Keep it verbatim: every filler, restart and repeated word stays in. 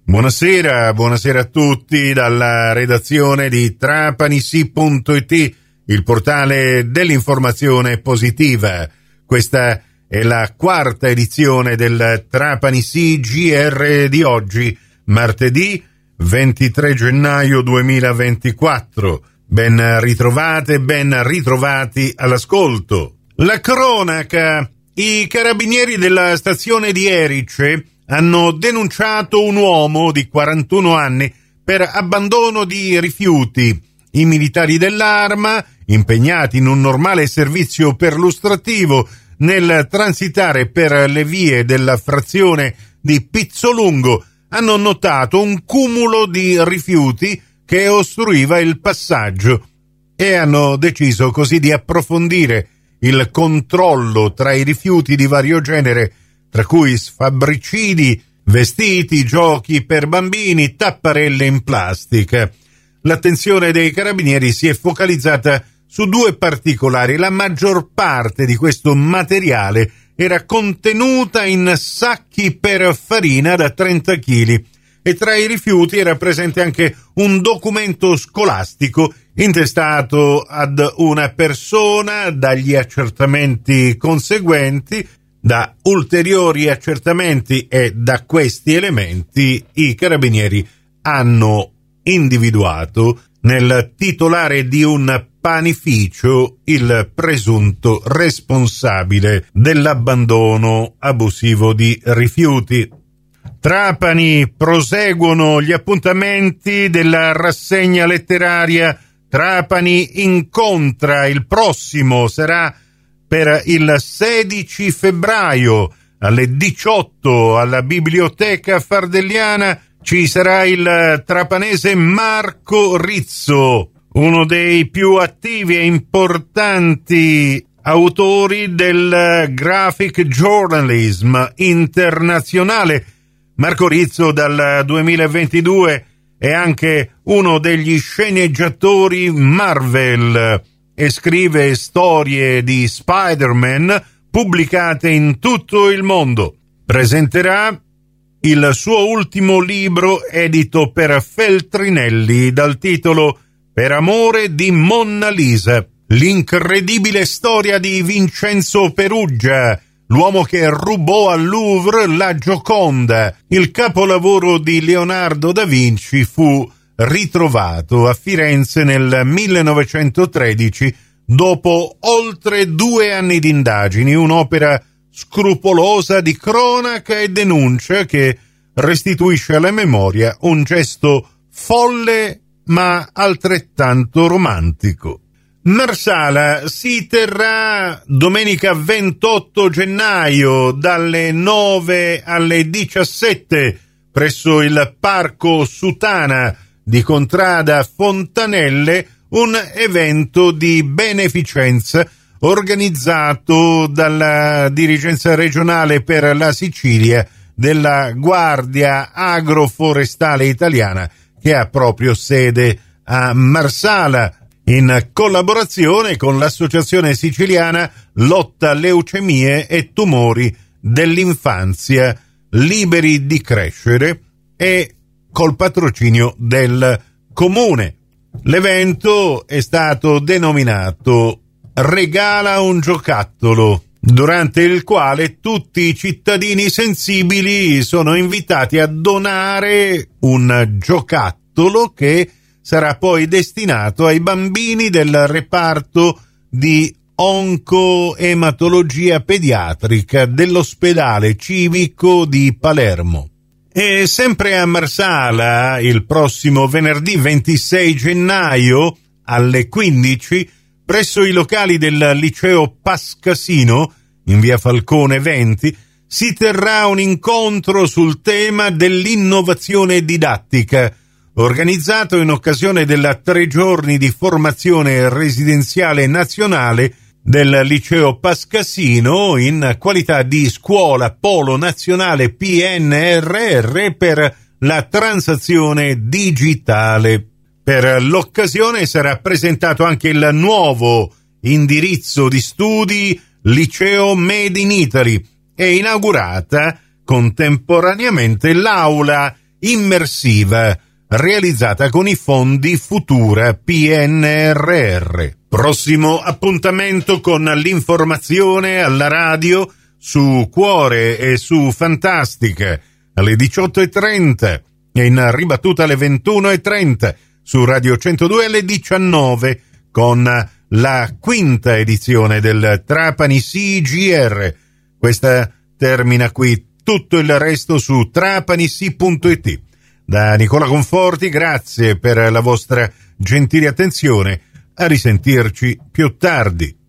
Buonasera, buonasera a tutti dalla redazione di Trapanisi punto it, il portale dell'informazione positiva. Questa è la quarta edizione del Trapanisi G R di oggi, martedì ventitré gennaio duemilaventiquattro. Ben ritrovate, ben ritrovati all'ascolto. La cronaca. I carabinieri della stazione di Erice hanno denunciato un uomo di quarantuno anni per abbandono di rifiuti. I militari dell'Arma, impegnati in un normale servizio perlustrativo nel transitare per le vie della frazione di Pizzolungo, hanno notato un cumulo di rifiuti che ostruiva il passaggio e hanno deciso così di approfondire il controllo tra i rifiuti di vario genere, tra cui sfabbricidi, vestiti, giochi per bambini, tapparelle in plastica. L'attenzione dei carabinieri si è focalizzata su due particolari. La maggior parte di questo materiale era contenuta in sacchi per farina da trenta chili e tra i rifiuti era presente anche un documento scolastico intestato ad una persona. Dagli accertamenti conseguenti, da ulteriori accertamenti e da questi elementi, i carabinieri hanno individuato nel titolare di un panificio il presunto responsabile dell'abbandono abusivo di rifiuti. Trapani, proseguono gli appuntamenti della rassegna letteraria Trapani incontra. Il prossimo sarà per il sedici febbraio alle diciotto alla Biblioteca Fardelliana. Ci sarà il trapanese Marco Rizzo, uno dei più attivi e importanti autori del graphic journalism internazionale. Marco Rizzo dal duemilaventidue è anche uno degli sceneggiatori Marvel e scrive storie di Spider-Man pubblicate in tutto il mondo. Presenterà il suo ultimo libro edito per Feltrinelli dal titolo Per amore di Monna Lisa, l'incredibile storia di Vincenzo Peruggia, l'uomo che rubò al Louvre la Gioconda. Il capolavoro di Leonardo da Vinci fu ritrovato a Firenze nel millenovecentotredici dopo oltre due anni di indagini, un'opera scrupolosa di cronaca e denuncia che restituisce alla memoria un gesto folle ma altrettanto romantico. Marsala si terrà domenica ventotto gennaio dalle nove alle diciassette presso il Parco Sutana di Contrada Fontanelle, un evento di beneficenza organizzato dalla dirigenza regionale per la Sicilia della Guardia Agroforestale Italiana, che ha proprio sede a Marsala, in collaborazione con l'Associazione Siciliana Lotta Leucemie e Tumori dell'Infanzia Liberi di Crescere e col patrocinio del Comune. L'evento è stato denominato Regala un giocattolo, durante il quale tutti i cittadini sensibili sono invitati a donare un giocattolo che sarà poi destinato ai bambini del reparto di oncoematologia pediatrica dell'ospedale civico di Palermo. E sempre a Marsala, il prossimo venerdì ventisei gennaio alle quindici, presso i locali del liceo Pascasino, in via Falcone venti, si terrà un incontro sul tema dell'innovazione didattica, organizzato in occasione della tre giorni di formazione residenziale nazionale del liceo Pascasino in qualità di scuola polo nazionale P N R R per la transazione digitale. Per l'occasione sarà presentato anche il nuovo indirizzo di studi Liceo Made in Italy e inaugurata contemporaneamente l'aula immersiva realizzata con i fondi Futura P N R R. Prossimo appuntamento con l'informazione alla radio su Cuore e su Fantastica alle diciotto e trenta e in ribattuta alle ventuno e trenta su Radio centodue alle diciannove con la quinta edizione del Trapani C G R. Questa termina qui, tutto il resto su trapanisi punto it. Da Nicola Conforti, grazie per la vostra gentile attenzione. A risentirci più tardi.